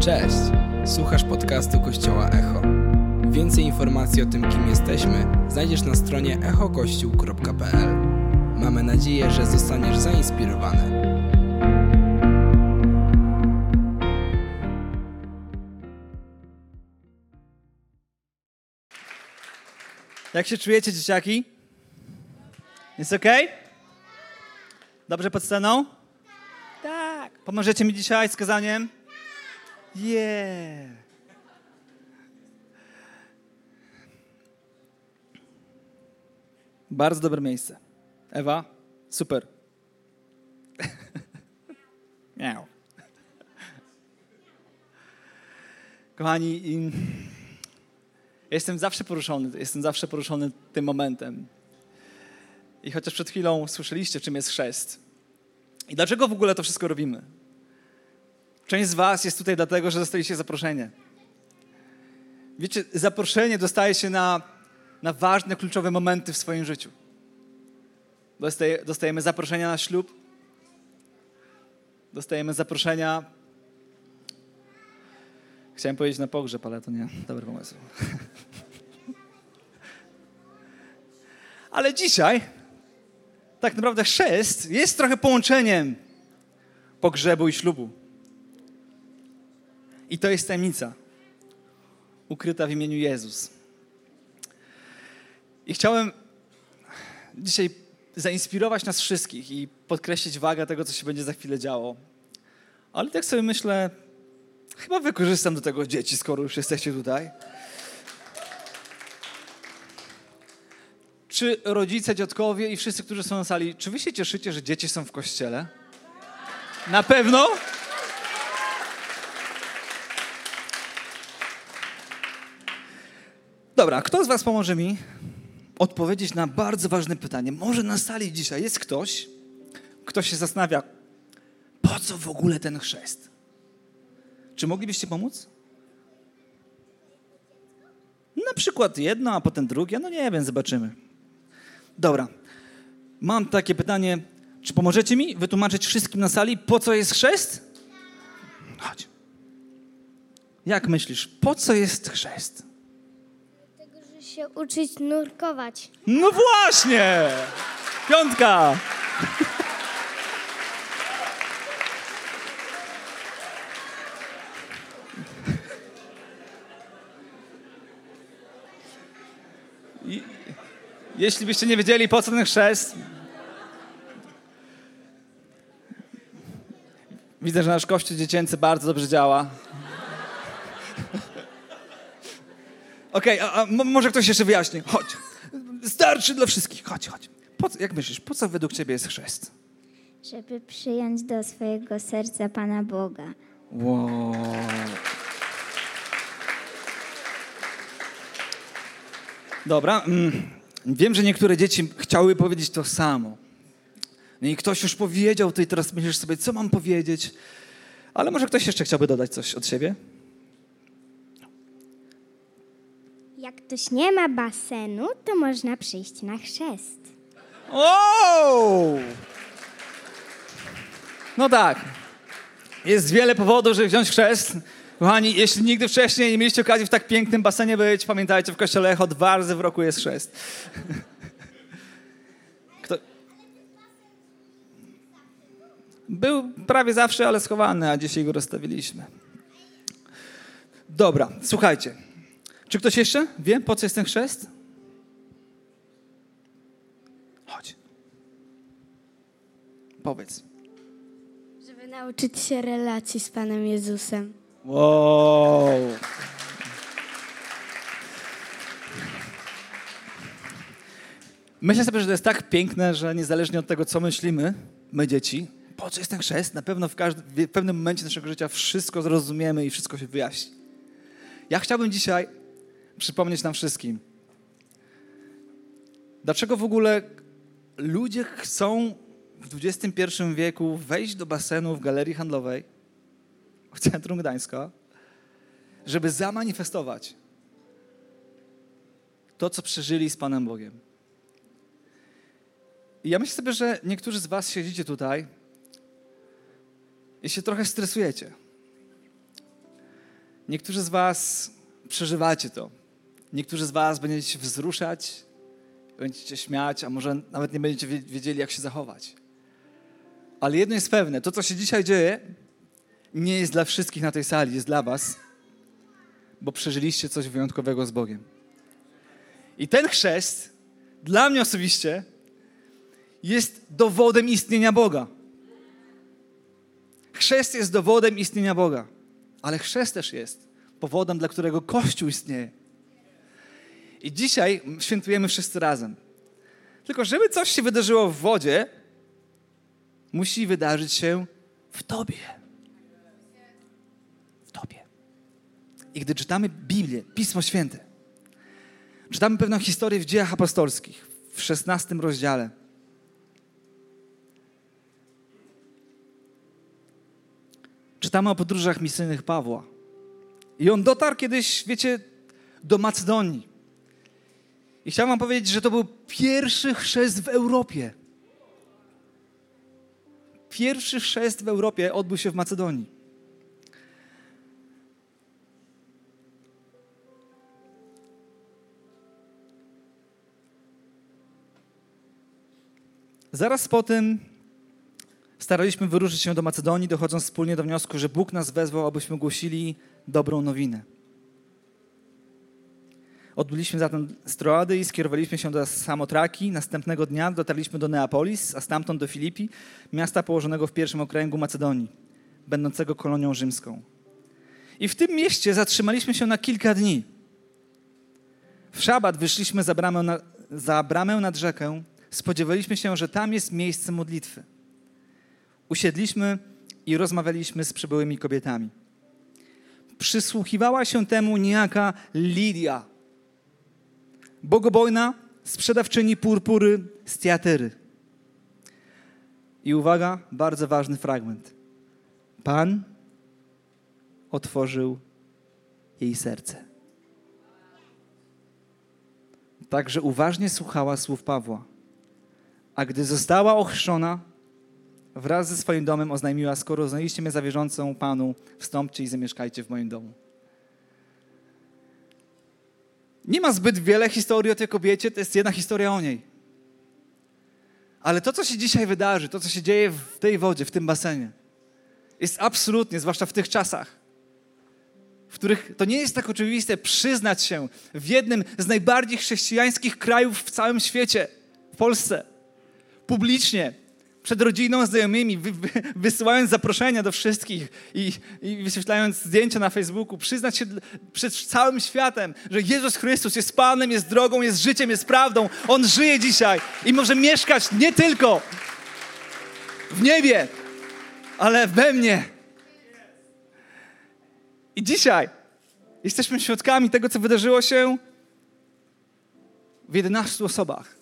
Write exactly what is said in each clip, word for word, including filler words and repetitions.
Cześć! Słuchasz podcastu Kościoła Echo. Więcej informacji o tym, kim jesteśmy, znajdziesz na stronie echo kościół kropka p l. Mamy nadzieję, że zostaniesz zainspirowany. Jak się czujecie, dzieciaki? Jest okej? Dobrze pod sceną? Tak. Pomożecie mi dzisiaj z kazaniem? Yeah. Bardzo dobre miejsce. Ewa? Super. Miau. Kochani, jestem zawsze poruszony, jestem zawsze poruszony tym momentem. I chociaż przed chwilą słyszeliście, czym jest chrzest. I dlaczego w ogóle to wszystko robimy? Część z was jest tutaj dlatego, że dostaliście zaproszenie. Wiecie, zaproszenie dostaje się na, na ważne, kluczowe momenty w swoim życiu. Dostaje, dostajemy zaproszenia na ślub. Dostajemy zaproszenia... Chciałem powiedzieć na pogrzeb, ale to nie dobry pomysł. Ale dzisiaj tak naprawdę chrzest jest trochę połączeniem pogrzebu i ślubu. I to jest tajemnica ukryta w imieniu Jezus. I chciałem dzisiaj zainspirować nas wszystkich i podkreślić wagę tego, co się będzie za chwilę działo. Ale tak sobie myślę, chyba wykorzystam do tego dzieci, skoro już jesteście tutaj. Czy rodzice, dziadkowie i wszyscy, którzy są na sali, czy wy się cieszycie, że dzieci są w kościele? Na pewno? Dobra, kto z was pomoże mi odpowiedzieć na bardzo ważne pytanie? Może na sali dzisiaj jest ktoś, kto się zastanawia, po co w ogóle ten chrzest? Czy moglibyście pomóc? Na przykład jedno, a potem drugie. No nie wiem, zobaczymy. Dobra. Mam takie pytanie. Czy pomożecie mi wytłumaczyć wszystkim na sali, po co jest chrzest? Chodź. Jak myślisz, po co jest chrzest? Dlatego, że się uczyć nurkować. No właśnie! Piątka! I, jeśli byście nie wiedzieli, po co ten chrzest, widzę, że nasz kościół dziecięcy bardzo dobrze działa. Okej, okay, a, a może ktoś jeszcze wyjaśni? Chodź. Starczy dla wszystkich. Chodź, chodź. Po co, jak myślisz, po co według ciebie jest chrzest? Żeby przyjąć do swojego serca Pana Boga. Wow. Dobra. Wiem, że niektóre dzieci chciały powiedzieć to samo. I ktoś już powiedział, to i teraz myślisz sobie, co mam powiedzieć. Ale może ktoś jeszcze chciałby dodać coś od siebie? Jak ktoś nie ma basenu, to można przyjść na chrzest. O! No tak. Jest wiele powodów, żeby wziąć chrzest. Kochani, jeśli nigdy wcześniej nie mieliście okazji w tak pięknym basenie być, pamiętajcie, w Kościele Echo dwa razy w roku jest chrzest. Kto... Był prawie zawsze, ale schowany, a dzisiaj go rozstawiliśmy. Dobra, słuchajcie. Czy ktoś jeszcze wie, po co jest ten chrzest? Chodź. Powiedz. Żeby nauczyć się relacji z Panem Jezusem. Wow. Myślę sobie, że to jest tak piękne, że niezależnie od tego, co myślimy, my dzieci, po co jest ten chrzest, na pewno w, każdym, w pewnym momencie naszego życia wszystko zrozumiemy i wszystko się wyjaśni. Ja chciałbym dzisiaj przypomnieć nam wszystkim, dlaczego w ogóle ludzie chcą w dwudziestym pierwszym wieku wejść do basenu w galerii handlowej w centrum Gdańska, żeby zamanifestować to, co przeżyli z Panem Bogiem. I ja myślę sobie, że niektórzy z was siedzicie tutaj i się trochę stresujecie. Niektórzy z was przeżywacie to. Niektórzy z was będziecie się wzruszać, będziecie się śmiać, a może nawet nie będziecie wiedzieli, jak się zachować. Ale jedno jest pewne, to co się dzisiaj dzieje, nie jest dla wszystkich na tej sali, jest dla was, bo przeżyliście coś wyjątkowego z Bogiem. I ten chrzest dla mnie osobiście jest dowodem istnienia Boga. Chrzest jest dowodem istnienia Boga, ale chrzest też jest powodem, dla którego Kościół istnieje. I dzisiaj świętujemy wszyscy razem. Tylko żeby coś się wydarzyło w wodzie, musi wydarzyć się w tobie. W tobie. I gdy czytamy Biblię, Pismo Święte, czytamy pewną historię w Dziejach Apostolskich, w szesnastym rozdziale. Czytamy o podróżach misyjnych Pawła. I on dotarł kiedyś, wiecie, do Macedonii. I chciałem wam powiedzieć, że to był pierwszy chrzest w Europie. Pierwszy chrzest w Europie odbył się w Macedonii. Zaraz po tym staraliśmy wyruszyć się do Macedonii, dochodząc wspólnie do wniosku, że Bóg nas wezwał, abyśmy głosili dobrą nowinę. Odbyliśmy zatem z Troady i skierowaliśmy się do Samotraki. Następnego dnia dotarliśmy do Neapolis, a stamtąd do Filipi, miasta położonego w pierwszym okręgu Macedonii, będącego kolonią rzymską. I w tym mieście zatrzymaliśmy się na kilka dni. W szabat wyszliśmy za bramę, na, za bramę nad rzekę. Spodziewaliśmy się, że tam jest miejsce modlitwy. Usiedliśmy i rozmawialiśmy z przybyłymi kobietami. Przysłuchiwała się temu niejaka Lidia, bogobojna sprzedawczyni purpury z Tiatyry. I uwaga, bardzo ważny fragment. Pan otworzył jej serce. Także uważnie słuchała słów Pawła. A gdy została ochrzczona, wraz ze swoim domem oznajmiła: skoro uznaliście mnie za wierzącą Panu, wstąpcie i zamieszkajcie w moim domu. Nie ma zbyt wiele historii o tej kobiecie, to jest jedna historia o niej. Ale to, co się dzisiaj wydarzy, to, co się dzieje w tej wodzie, w tym basenie, jest absolutnie, zwłaszcza w tych czasach, w których to nie jest tak oczywiste przyznać się w jednym z najbardziej chrześcijańskich krajów w całym świecie, w Polsce, publicznie, przed rodziną, znajomymi, wy, wy, wysyłając zaproszenia do wszystkich i, i wyświetlając zdjęcia na Facebooku, przyznać się przed całym światem, że Jezus Chrystus jest Panem, jest drogą, jest życiem, jest prawdą. On żyje dzisiaj i może mieszkać nie tylko w niebie, ale we mnie. I dzisiaj jesteśmy świadkami tego, co wydarzyło się w jedenastu osobach.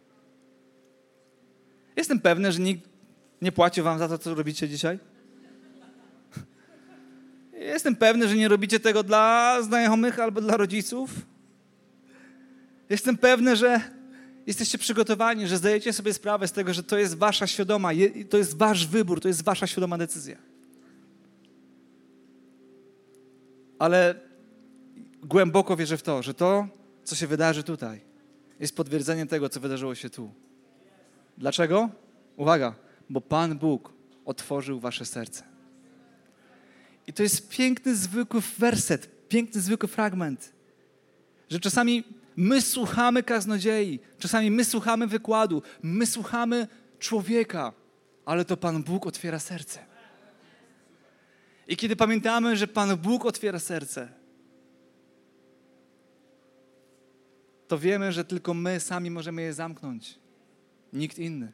Jestem pewny, że nikt nie płaci wam za to, co robicie dzisiaj. Jestem pewny, że nie robicie tego dla znajomych albo dla rodziców. Jestem pewny, że jesteście przygotowani, że zdajecie sobie sprawę z tego, że to jest wasza świadoma, to jest wasz wybór, to jest wasza świadoma decyzja. Ale głęboko wierzę w to, że to, co się wydarzy tutaj, jest potwierdzeniem tego, co wydarzyło się tu. Dlaczego? Uwaga, bo Pan Bóg otworzył wasze serce. I to jest piękny, zwykły werset, piękny, zwykły fragment, że czasami my słuchamy kaznodziei, czasami my słuchamy wykładu, my słuchamy człowieka, ale to Pan Bóg otwiera serce. I kiedy pamiętamy, że Pan Bóg otwiera serce, to wiemy, że tylko my sami możemy je zamknąć. Nikt inny.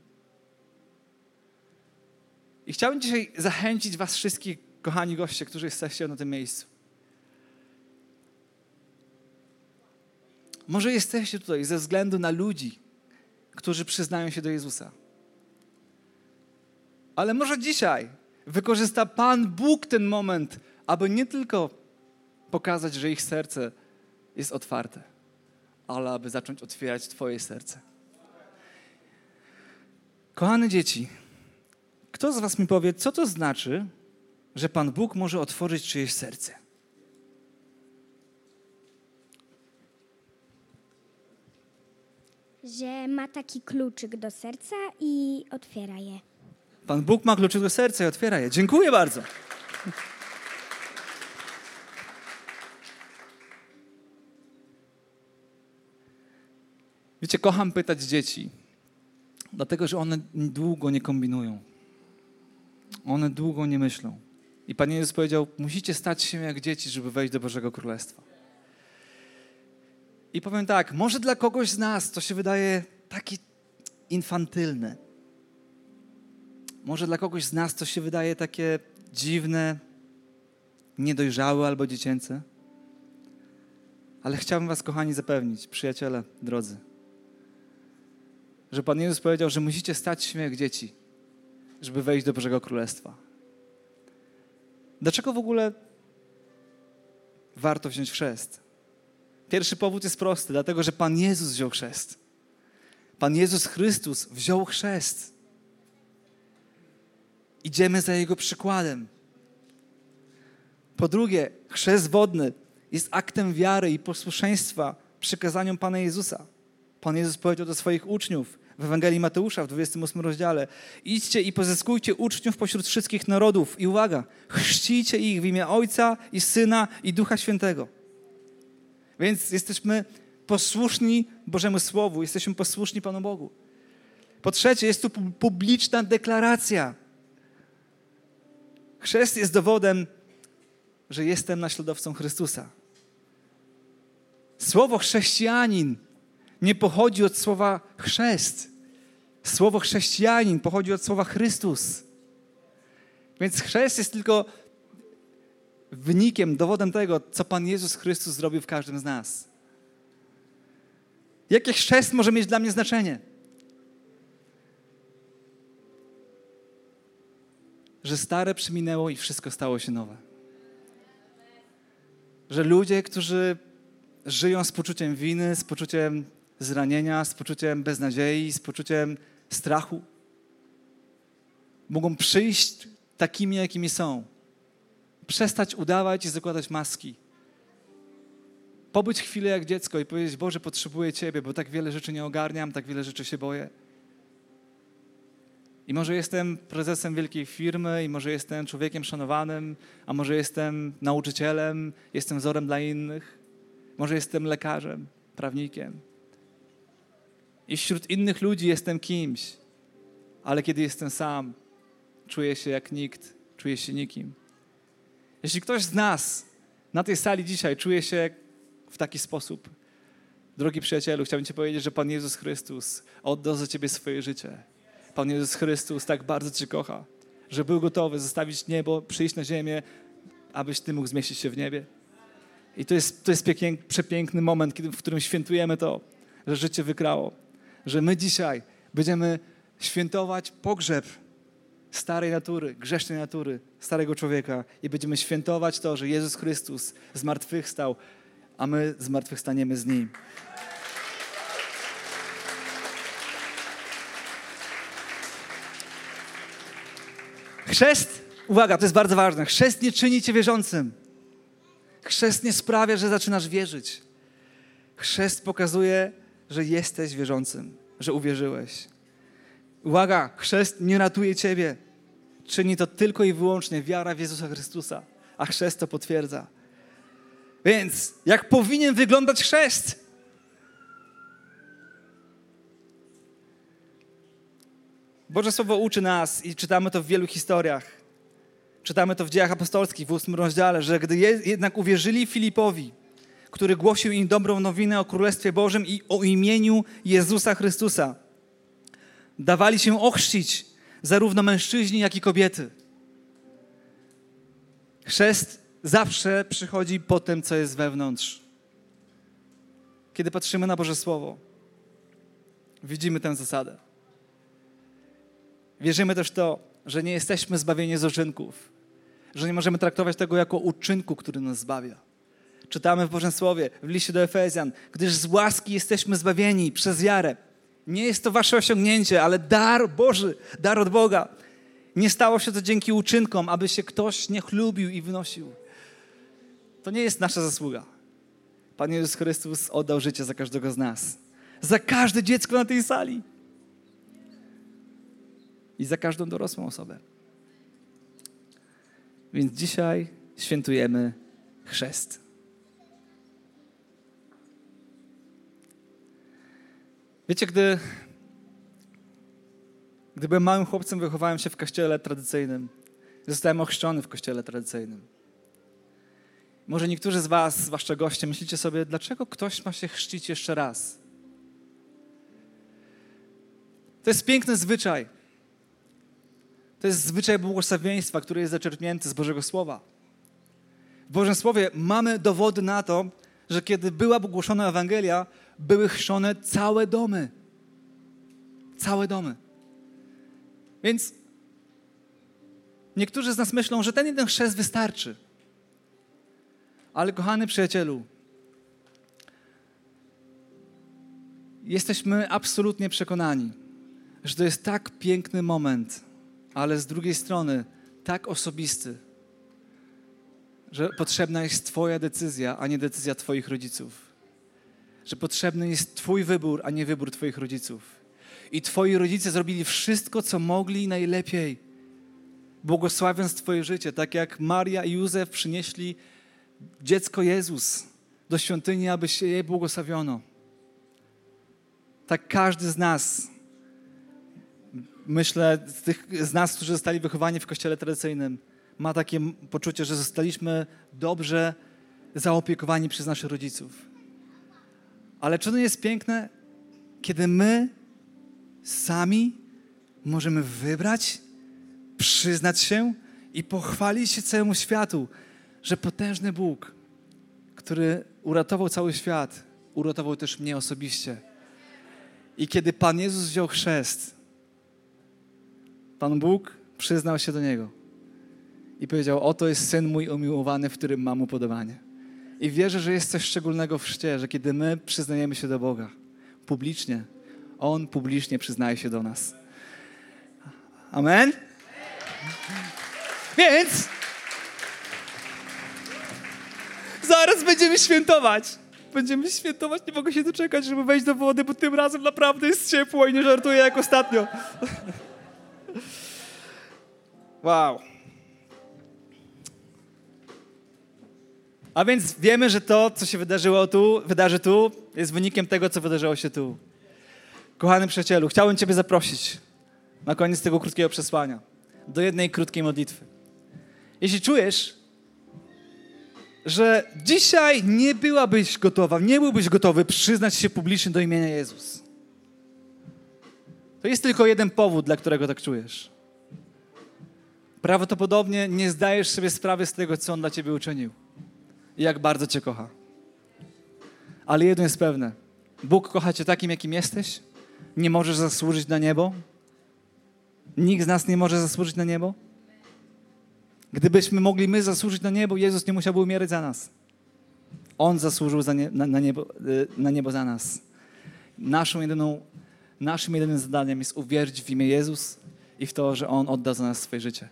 I chciałbym dzisiaj zachęcić was wszystkich, kochani goście, którzy jesteście na tym miejscu. Może jesteście tutaj ze względu na ludzi, którzy przyznają się do Jezusa. Ale może dzisiaj wykorzysta Pan Bóg ten moment, aby nie tylko pokazać, że ich serce jest otwarte, ale aby zacząć otwierać twoje serce. Kochane dzieci, kto z was mi powie, co to znaczy, że Pan Bóg może otworzyć czyjeś serce? Że ma taki kluczyk do serca i otwiera je. Pan Bóg ma kluczyk do serca i otwiera je. Dziękuję bardzo. Wiecie, kocham pytać dzieci, dlatego że one długo nie kombinują. One długo nie myślą. I Pan Jezus powiedział, musicie stać się jak dzieci, żeby wejść do Bożego Królestwa. I powiem tak, może dla kogoś z nas to się wydaje takie infantylne. Może dla kogoś z nas to się wydaje takie dziwne, niedojrzałe albo dziecięce. Ale chciałbym was, kochani, zapewnić, przyjaciele, drodzy, że Pan Jezus powiedział, że musicie stać się jak dzieci, żeby wejść do Bożego Królestwa. Dlaczego w ogóle warto wziąć chrzest? Pierwszy powód jest prosty, dlatego że Pan Jezus wziął chrzest. Pan Jezus Chrystus wziął chrzest. Idziemy za Jego przykładem. Po drugie, chrzest wodny jest aktem wiary i posłuszeństwa przykazaniom Pana Jezusa. Pan Jezus powiedział do swoich uczniów w Ewangelii Mateusza w dwudziestym ósmym rozdziale: idźcie i pozyskujcie uczniów pośród wszystkich narodów. I uwaga, chrzcijcie ich w imię Ojca i Syna i Ducha Świętego. Więc jesteśmy posłuszni Bożemu Słowu, jesteśmy posłuszni Panu Bogu. Po trzecie, jest tu publiczna deklaracja. Chrzest jest dowodem, że jestem naśladowcą Chrystusa. Słowo chrześcijanin nie pochodzi od słowa chrzest. Słowo chrześcijanin pochodzi od słowa Chrystus. Więc chrzest jest tylko wynikiem, dowodem tego, co Pan Jezus Chrystus zrobił w każdym z nas. Jakie chrzest może mieć dla mnie znaczenie? Że stare przyminęło i wszystko stało się nowe. Że ludzie, którzy żyją z poczuciem winy, z poczuciem zranienia, z poczuciem beznadziei, z poczuciem strachu, mogą przyjść takimi, jakimi są. Przestać udawać i zakładać maski. Pobyć chwilę jak dziecko i powiedzieć: Boże, potrzebuję Ciebie, bo tak wiele rzeczy nie ogarniam, tak wiele rzeczy się boję. I może jestem prezesem wielkiej firmy, i może jestem człowiekiem szanowanym, a może jestem nauczycielem, jestem wzorem dla innych, może jestem lekarzem, prawnikiem. I wśród innych ludzi jestem kimś, ale kiedy jestem sam, czuję się jak nikt, czuję się nikim. Jeśli ktoś z nas na tej sali dzisiaj czuje się w taki sposób, drogi przyjacielu, chciałbym Ci powiedzieć, że Pan Jezus Chrystus oddał za Ciebie swoje życie. Pan Jezus Chrystus tak bardzo Cię kocha, że był gotowy zostawić niebo, przyjść na ziemię, abyś Ty mógł zmieścić się w niebie. I to jest, to jest piękny, przepiękny moment, kiedy, w którym świętujemy to, że życie wygrało. Że my dzisiaj będziemy świętować pogrzeb starej natury, grzesznej natury, starego człowieka i będziemy świętować to, że Jezus Chrystus zmartwychwstał, a my zmartwychwstaniemy z Nim. Chrzest, uwaga, to jest bardzo ważne, chrzest nie czyni Cię wierzącym. Chrzest nie sprawia, że zaczynasz wierzyć. Chrzest pokazuje, że jesteś wierzącym, że uwierzyłeś. Uwaga, chrzest nie ratuje Ciebie. Czyni to tylko i wyłącznie wiara w Jezusa Chrystusa, a chrzest to potwierdza. Więc jak powinien wyglądać chrzest? Boże Słowo uczy nas i czytamy to w wielu historiach. Czytamy to w Dziejach Apostolskich w ósmym rozdziale, że gdy jednak uwierzyli Filipowi, który głosił im dobrą nowinę o Królestwie Bożym i o imieniu Jezusa Chrystusa, dawali się ochrzcić zarówno mężczyźni, jak i kobiety. Chrzest zawsze przychodzi po tym, co jest wewnątrz. Kiedy patrzymy na Boże Słowo, widzimy tę zasadę. Wierzymy też w to, że nie jesteśmy zbawieni z uczynków, że nie możemy traktować tego jako uczynku, który nas zbawia. Czytamy w Bożym Słowie, w liście do Efezjan, gdyż z łaski jesteśmy zbawieni przez wiarę. Nie jest to wasze osiągnięcie, ale dar Boży, dar od Boga. Nie stało się to dzięki uczynkom, aby się ktoś nie chlubił i wynosił. To nie jest nasza zasługa. Pan Jezus Chrystus oddał życie za każdego z nas. za każde dziecko na tej sali i za każdą dorosłą osobę. Więc dzisiaj świętujemy chrzest. Wiecie, gdy, gdy byłem małym chłopcem, wychowałem się w kościele tradycyjnym. Zostałem ochrzczony w kościele tradycyjnym. Może niektórzy z was, zwłaszcza goście, myślicie sobie, dlaczego ktoś ma się chrzcić jeszcze raz? To jest piękny zwyczaj. To jest zwyczaj błogosławieństwa, który jest zaczerpnięty z Bożego Słowa. W Bożym Słowie mamy dowody na to, że kiedy była ogłoszona Ewangelia, były chrzczone całe domy. Całe domy. Więc niektórzy z nas myślą, że ten jeden chrzest wystarczy. Ale kochany przyjacielu, jesteśmy absolutnie przekonani, że to jest tak piękny moment, ale z drugiej strony tak osobisty, że potrzebna jest twoja decyzja, a nie decyzja twoich rodziców. Że potrzebny jest twój wybór, a nie wybór twoich rodziców. I twoi rodzice zrobili wszystko, co mogli najlepiej, błogosławiąc twoje życie, tak jak Maria i Józef przynieśli dziecko Jezus do świątyni, aby się jej błogosławiono. Tak każdy z nas, myślę, z tych z nas, którzy zostali wychowani w kościele tradycyjnym, ma takie poczucie, że zostaliśmy dobrze zaopiekowani przez naszych rodziców. Ale czy to nie jest piękne, kiedy my sami możemy wybrać, przyznać się i pochwalić się całemu światu, że potężny Bóg, który uratował cały świat, uratował też mnie osobiście. I kiedy Pan Jezus wziął chrzest, Pan Bóg przyznał się do Niego i powiedział, oto jest Syn mój umiłowany, w którym mam upodobanie. I wierzę, że jest coś szczególnego w chrzcie, że kiedy my przyznajemy się do Boga publicznie, On publicznie przyznaje się do nas. Amen? Więc zaraz będziemy świętować. Będziemy świętować, nie mogę się doczekać, żeby wejść do wody, bo tym razem naprawdę jest ciepło i nie żartuję jak ostatnio. Wow. A więc wiemy, że to, co się wydarzyło tu, wydarzy tu, jest wynikiem tego, co wydarzyło się tu. Kochany przyjacielu, chciałbym Ciebie zaprosić na koniec tego krótkiego przesłania do jednej krótkiej modlitwy. Jeśli czujesz, że dzisiaj nie byłabyś gotowa, nie byłbyś gotowy przyznać się publicznie do imienia Jezus, to jest tylko jeden powód, dla którego tak czujesz. Prawdopodobnie nie zdajesz sobie sprawy z tego, co On dla Ciebie uczynił i jak bardzo Cię kocha. Ale jedno jest pewne. Bóg kocha Cię takim, jakim jesteś. Nie możesz zasłużyć na niebo. Nikt z nas nie może zasłużyć na niebo. Gdybyśmy mogli my zasłużyć na niebo, Jezus nie musiałby umierać za nas. On zasłużył za nie, na, na, niebo, na niebo za nas. Naszą jedyną, naszym jedynym zadaniem jest uwierzyć w imię Jezus i w to, że On odda za nas swoje życie.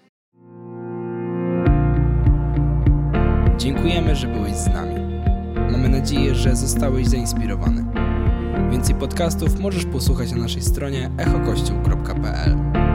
Dziękujemy, że byłeś z nami. Mamy nadzieję, że zostałeś zainspirowany. Więcej podcastów możesz posłuchać na naszej stronie echo kościół kropka p l.